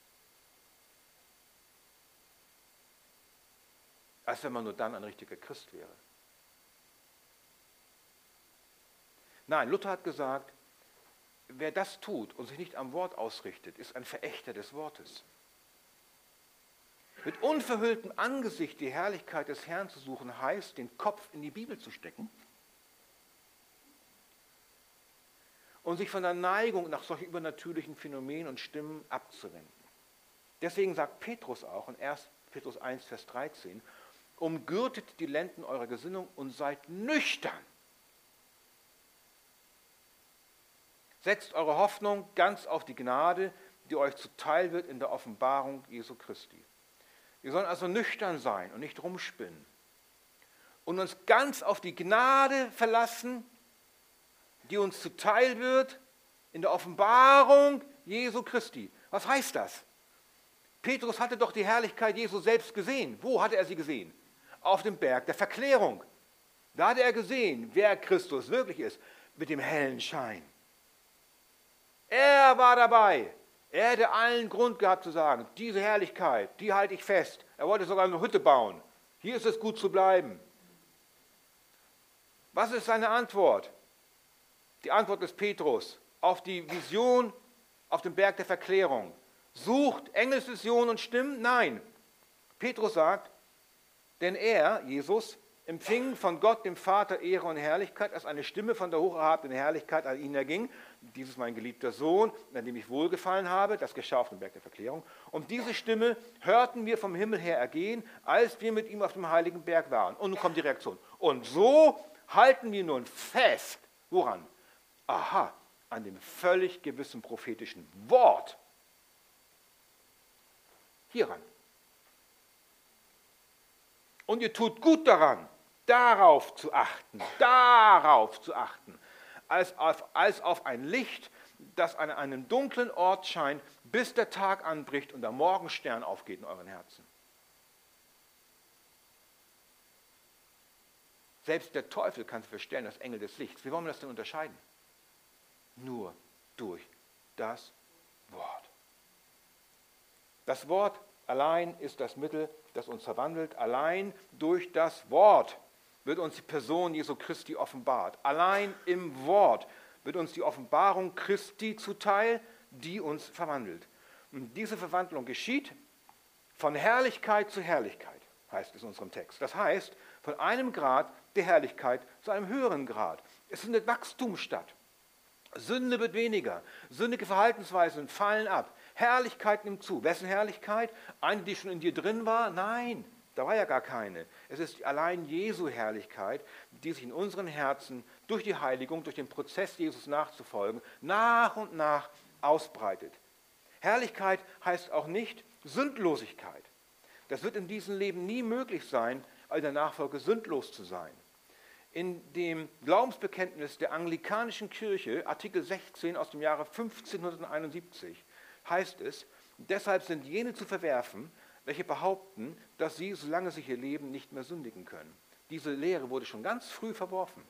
Als wenn man nur dann ein richtiger Christ wäre. Nein, Luther hat gesagt, wer das tut und sich nicht am Wort ausrichtet, ist ein Verächter des Wortes. Mit unverhülltem Angesicht die Herrlichkeit des Herrn zu suchen, heißt, den Kopf in die Bibel zu stecken und sich von der Neigung nach solchen übernatürlichen Phänomenen und Stimmen abzuwenden. Deswegen sagt Petrus auch in erster Petrus eins, Vers dreizehn, umgürtet die Lenden eurer Gesinnung und seid nüchtern. Setzt eure Hoffnung ganz auf die Gnade, die euch zuteil wird in der Offenbarung Jesu Christi. Wir sollen also nüchtern sein und nicht rumspinnen. Und uns ganz auf die Gnade verlassen, die uns zuteil wird in der Offenbarung Jesu Christi. Was heißt das? Petrus hatte doch die Herrlichkeit Jesu selbst gesehen. Wo hatte er sie gesehen? Auf dem Berg der Verklärung. Da hatte er gesehen, wer Christus wirklich ist, mit dem hellen Schein. Er war dabei. Er hätte allen Grund gehabt zu sagen, diese Herrlichkeit, die halte ich fest. Er wollte sogar eine Hütte bauen. Hier ist es gut zu bleiben. Was ist seine Antwort? Die Antwort des Petrus auf die Vision auf dem Berg der Verklärung. Sucht Engelsvisionen und Stimmen? Nein. Petrus sagt, denn er, Jesus, empfing von Gott, dem Vater, Ehre und Herrlichkeit, als eine Stimme von der hocherhabenen Herrlichkeit an ihn erging. Dies ist mein geliebter Sohn, an dem ich wohlgefallen habe. Das geschah auf dem Berg der Verklärung. Und diese Stimme hörten wir vom Himmel her ergehen, als wir mit ihm auf dem heiligen Berg waren. Und nun kommt die Reaktion. Und so halten wir nun fest. Woran? Aha, an dem völlig gewissen prophetischen Wort. Hieran. Und ihr tut gut daran, darauf zu achten, darauf zu achten, als auf, als auf ein Licht, das an einem dunklen Ort scheint, bis der Tag anbricht und der Morgenstern aufgeht in euren Herzen. Selbst der Teufel kann sich verstellen, das Engel des Lichts. Wie wollen wir das denn unterscheiden? Nur durch das Wort. Das Wort allein ist das Mittel, das uns verwandelt. Allein durch das Wort wird uns die Person Jesu Christi offenbart. Allein im Wort wird uns die Offenbarung Christi zuteil, die uns verwandelt. Und diese Verwandlung geschieht von Herrlichkeit zu Herrlichkeit, heißt es in unserem Text. Das heißt, von einem Grad der Herrlichkeit zu einem höheren Grad. Es findet Wachstum statt. Sünde wird weniger. Sündige Verhaltensweisen fallen ab. Herrlichkeit nimmt zu. Wessen Herrlichkeit? Eine, die schon in dir drin war? Nein, da war ja gar keine. Es ist allein Jesu Herrlichkeit, die sich in unseren Herzen durch die Heiligung, durch den Prozess, Jesus nachzufolgen, nach und nach ausbreitet. Herrlichkeit heißt auch nicht Sündlosigkeit. Das wird in diesem Leben nie möglich sein, in der Nachfolge sündlos zu sein. In dem Glaubensbekenntnis der anglikanischen Kirche, Artikel sechzehn aus dem Jahre fünfzehnhunderteinundsiebzig, heißt es, deshalb sind jene zu verwerfen, welche behaupten, dass sie, solange sie hier leben, nicht mehr sündigen können. Diese Lehre wurde schon ganz früh verworfen.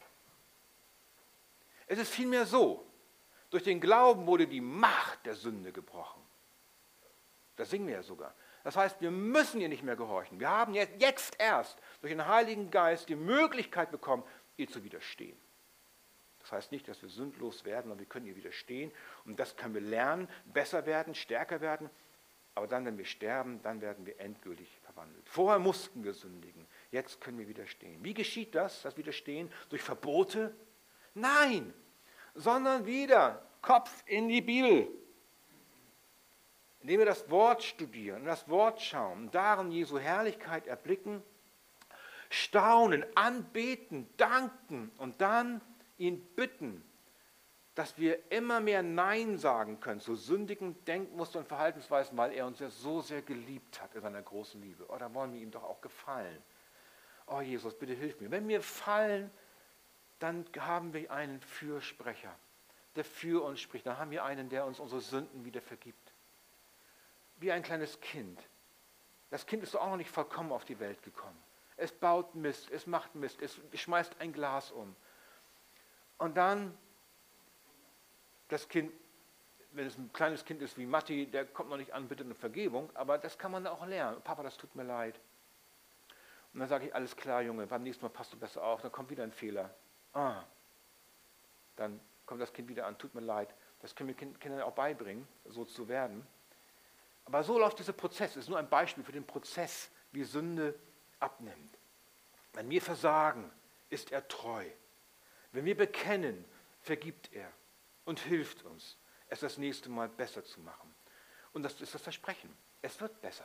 Es ist vielmehr so, durch den Glauben wurde die Macht der Sünde gebrochen. Das singen wir ja sogar. Das heißt, wir müssen ihr nicht mehr gehorchen. Wir haben jetzt erst durch den Heiligen Geist die Möglichkeit bekommen, ihr zu widerstehen. Das heißt nicht, dass wir sündlos werden, sondern wir können ihr widerstehen. Und das können wir lernen, besser werden, stärker werden. Aber dann, wenn wir sterben, dann werden wir endgültig verwandelt. Vorher mussten wir sündigen. Jetzt können wir widerstehen. Wie geschieht das, das Widerstehen? Durch Verbote? Nein, sondern wieder Kopf in die Bibel. Indem wir das Wort studieren, das Wort schauen, darin Jesu Herrlichkeit erblicken, staunen, anbeten, danken und dann ihn bitten, dass wir immer mehr Nein sagen können zu sündigen Denkmustern und Verhaltensweisen, weil er uns ja so sehr geliebt hat in seiner großen Liebe. Oh, da wollen wir ihm doch auch gefallen. Oh Jesus, bitte hilf mir. Wenn wir fallen, dann haben wir einen Fürsprecher, der für uns spricht. Dann haben wir einen, der uns unsere Sünden wieder vergibt. Wie ein kleines Kind. Das Kind ist doch auch noch nicht vollkommen auf die Welt gekommen. Es baut Mist, es macht Mist, es schmeißt ein Glas um. Und dann, das Kind, wenn es ein kleines Kind ist wie Matti, der kommt noch nicht an, bitte eine Vergebung, aber das kann man auch lernen. Papa, das tut mir leid. Und dann sage ich, alles klar, Junge, beim nächsten Mal passt du besser auf, dann kommt wieder ein Fehler. Ah. Dann kommt das Kind wieder an, tut mir leid. Das können wir Kindern auch beibringen, so zu werden. Aber so läuft dieser Prozess. Es ist nur ein Beispiel für den Prozess, wie Sünde abnimmt. Wenn wir versagen, ist er treu. Wenn wir bekennen, vergibt er und hilft uns, es das nächste Mal besser zu machen. Und das ist das Versprechen. Es wird besser.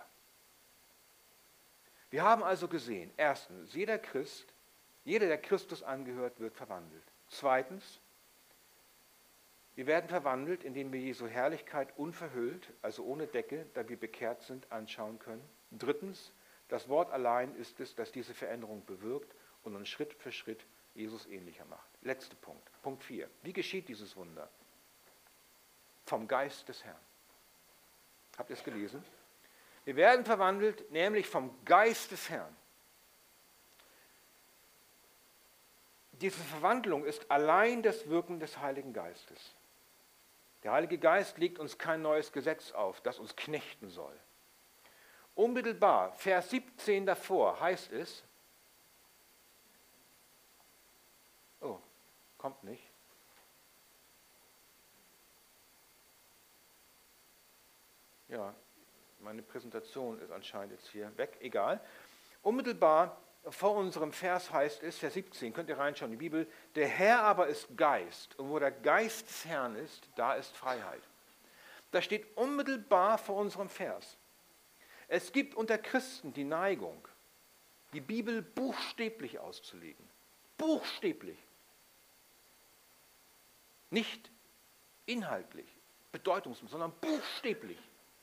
Wir haben also gesehen, erstens, jeder Christ, jeder, der Christus angehört, wird verwandelt. Zweitens, wir werden verwandelt, indem wir Jesu Herrlichkeit unverhüllt, also ohne Decke, da wir bekehrt sind, anschauen können. Drittens, das Wort allein ist es, das diese Veränderung bewirkt und uns Schritt für Schritt Jesus ähnlicher macht. Letzter Punkt, Punkt vier. Wie geschieht dieses Wunder? Vom Geist des Herrn. Habt ihr es gelesen? Wir werden verwandelt, nämlich vom Geist des Herrn. Diese Verwandlung ist allein das Wirken des Heiligen Geistes. Der Heilige Geist legt uns kein neues Gesetz auf, das uns knechten soll. Unmittelbar, Vers siebzehn davor heißt es, oh, kommt nicht. Ja, meine Präsentation ist anscheinend jetzt hier weg, egal. Unmittelbar vor unserem Vers heißt es, Vers siebzehn, könnt ihr reinschauen, die Bibel, der Herr aber ist Geist und wo der Geist des Herrn ist, da ist Freiheit. Das steht unmittelbar vor unserem Vers. Es gibt unter Christen die Neigung, die Bibel buchstäblich auszulegen. Buchstäblich. Nicht inhaltlich, bedeutungslos, sondern buchstäblich.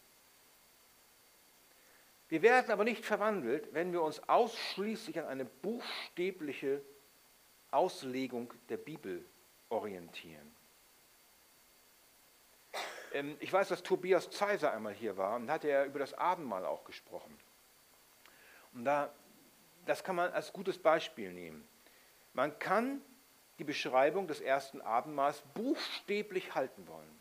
Wir werden aber nicht verwandelt, wenn wir uns ausschließlich an eine buchstäbliche Auslegung der Bibel orientieren. Ähm, ich weiß, dass Tobias Zeiser einmal hier war und da hatte er über das Abendmahl auch gesprochen. Und da, das kann man als gutes Beispiel nehmen. Man kann die Beschreibung des ersten Abendmahls buchstäblich halten wollen.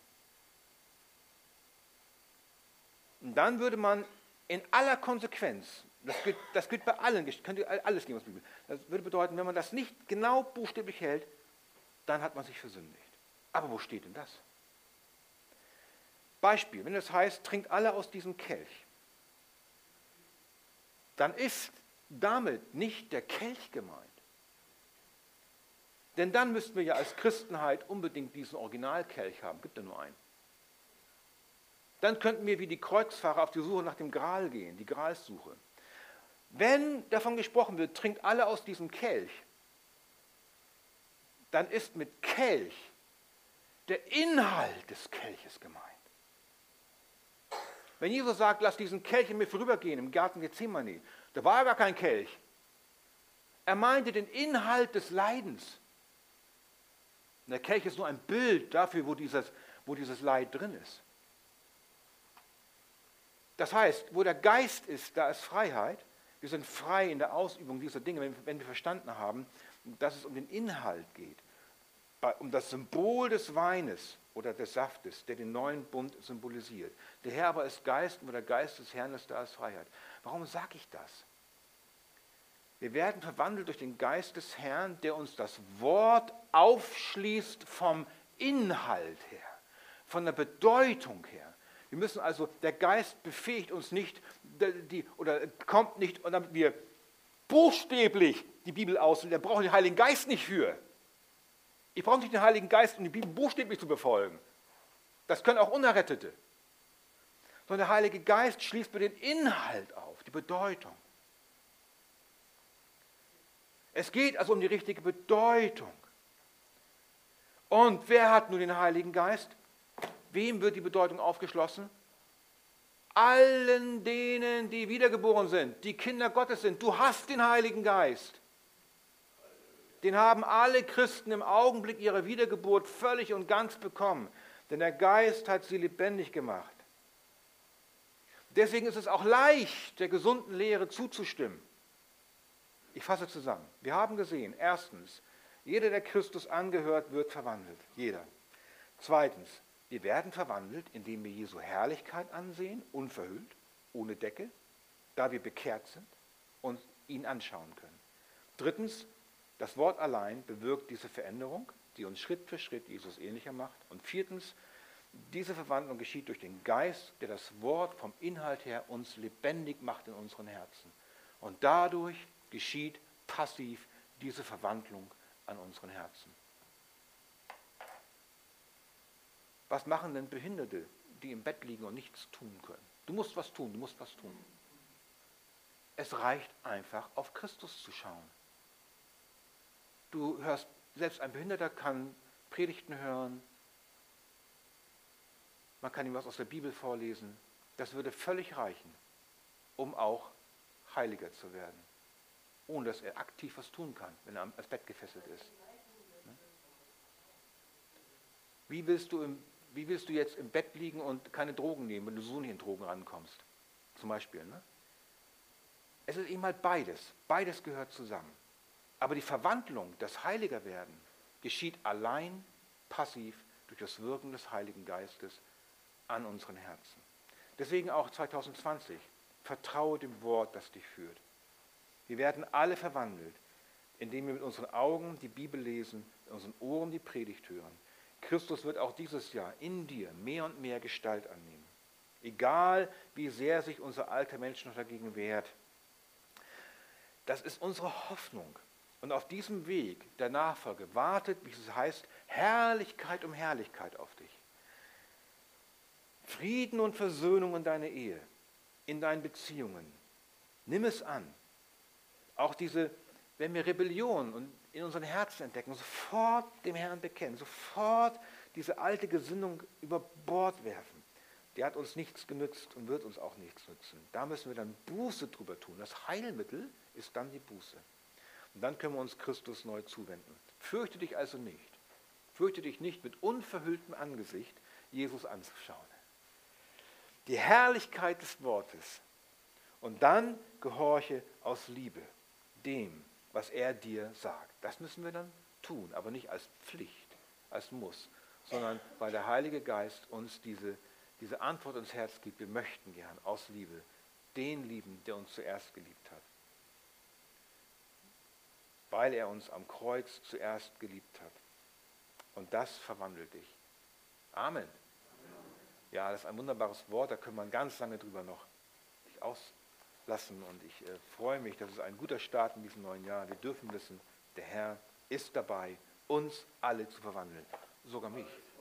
Und dann würde man in aller Konsequenz, das gilt, das gilt bei allen, könnt ihr alles nehmen aus der Bibel, das würde bedeuten, wenn man das nicht genau buchstäblich hält, dann hat man sich versündigt. Aber wo steht denn das? Beispiel, wenn es heißt, trinkt alle aus diesem Kelch, dann ist damit nicht der Kelch gemeint. Denn dann müssten wir ja als Christenheit unbedingt diesen Originalkelch haben, gibt ja nur einen. Dann könnten wir wie die Kreuzfahrer auf die Suche nach dem Gral gehen, die Gralssuche. Wenn davon gesprochen wird, trinkt alle aus diesem Kelch, dann ist mit Kelch der Inhalt des Kelches gemeint. Wenn Jesus sagt, lass diesen Kelch in mir vorübergehen im Garten Gethsemane, da war gar kein Kelch. Er meinte den Inhalt des Leidens. Und der Kelch ist nur ein Bild dafür, wo dieses, wo dieses Leid drin ist. Das heißt, wo der Geist ist, da ist Freiheit. Wir sind frei in der Ausübung dieser Dinge, wenn, wenn wir verstanden haben, dass es um den Inhalt geht. Bei, um das Symbol des Weines oder des Saftes, der den neuen Bund symbolisiert. Der Herr aber ist Geist und wo der Geist des Herrn ist, da ist Freiheit. Warum sage ich das? Wir werden verwandelt durch den Geist des Herrn, der uns das Wort aufschließt vom Inhalt her, von der Bedeutung her. Wir müssen also, der Geist befähigt uns nicht, die, oder kommt nicht, und damit wir buchstäblich die Bibel auslegen, der braucht den Heiligen Geist nicht für. Ich brauche nicht den Heiligen Geist, um die Bibel buchstäblich zu befolgen. Das können auch Unerrettete. Sondern der Heilige Geist schließt mir den Inhalt auf, die Bedeutung. Es geht also um die richtige Bedeutung. Und wer hat nun den Heiligen Geist? Wem wird die Bedeutung aufgeschlossen? Allen denen, die wiedergeboren sind, die Kinder Gottes sind. Du hast den Heiligen Geist. Den haben alle Christen im Augenblick ihrer Wiedergeburt völlig und ganz bekommen. Denn der Geist hat sie lebendig gemacht. Deswegen ist es auch leicht, der gesunden Lehre zuzustimmen. Ich fasse zusammen. Wir haben gesehen, erstens, jeder, der Christus angehört, wird verwandelt. Jeder. Zweitens, wir werden verwandelt, indem wir Jesu Herrlichkeit ansehen, unverhüllt, ohne Decke, da wir bekehrt sind und ihn anschauen können. Drittens, das Wort allein bewirkt diese Veränderung, die uns Schritt für Schritt Jesus ähnlicher macht. Und viertens, diese Verwandlung geschieht durch den Geist, der das Wort vom Inhalt her uns lebendig macht in unseren Herzen. Und dadurch geschieht passiv diese Verwandlung an unseren Herzen. Was machen denn Behinderte, die im Bett liegen und nichts tun können? Du musst was tun, du musst was tun. Es reicht einfach, auf Christus zu schauen. Du hörst, selbst ein Behinderter kann Predigten hören, man kann ihm was aus der Bibel vorlesen. Das würde völlig reichen, um auch heiliger zu werden, ohne dass er aktiv was tun kann, wenn er ans Bett gefesselt ist. Wie willst du, im, wie willst du jetzt im Bett liegen und keine Drogen nehmen, wenn du so nicht in Drogen rankommst? Zum Beispiel. Ne? Es ist eben halt beides. Beides gehört zusammen. Aber die Verwandlung, das Heiligerwerden, geschieht allein passiv durch das Wirken des Heiligen Geistes an unseren Herzen. Deswegen auch zwanzig zwanzig. Vertraue dem Wort, das dich führt. Wir werden alle verwandelt, indem wir mit unseren Augen die Bibel lesen, mit unseren Ohren die Predigt hören. Christus wird auch dieses Jahr in dir mehr und mehr Gestalt annehmen. Egal, wie sehr sich unser alter Mensch noch dagegen wehrt. Das ist unsere Hoffnung. Und auf diesem Weg der Nachfolge wartet, wie es heißt, Herrlichkeit um Herrlichkeit auf dich. Frieden und Versöhnung in deine Ehe, in deinen Beziehungen. Nimm es an. Auch diese, wenn wir Rebellion und in unseren Herzen entdecken, sofort dem Herrn bekennen, sofort diese alte Gesinnung über Bord werfen. Die hat uns nichts genützt und wird uns auch nichts nützen. Da müssen wir dann Buße drüber tun. Das Heilmittel ist dann die Buße. Und dann können wir uns Christus neu zuwenden. Fürchte dich also nicht. Fürchte dich nicht, mit unverhülltem Angesicht Jesus anzuschauen. Die Herrlichkeit des Wortes. Und dann gehorche aus Liebe dem, was er dir sagt. Das müssen wir dann tun, aber nicht als Pflicht, als Muss, sondern weil der Heilige Geist uns diese, diese Antwort ins Herz gibt. Wir möchten gern aus Liebe den lieben, der uns zuerst geliebt hat. Weil er uns am Kreuz zuerst geliebt hat. Und das verwandelt dich. Amen. Ja, das ist ein wunderbares Wort, da können wir ganz lange drüber noch auslassen. Und ich äh, freue mich, das ist ein guter Start in diesem neuen Jahr. Wir dürfen wissen, der Herr ist dabei, uns alle zu verwandeln. Sogar mich.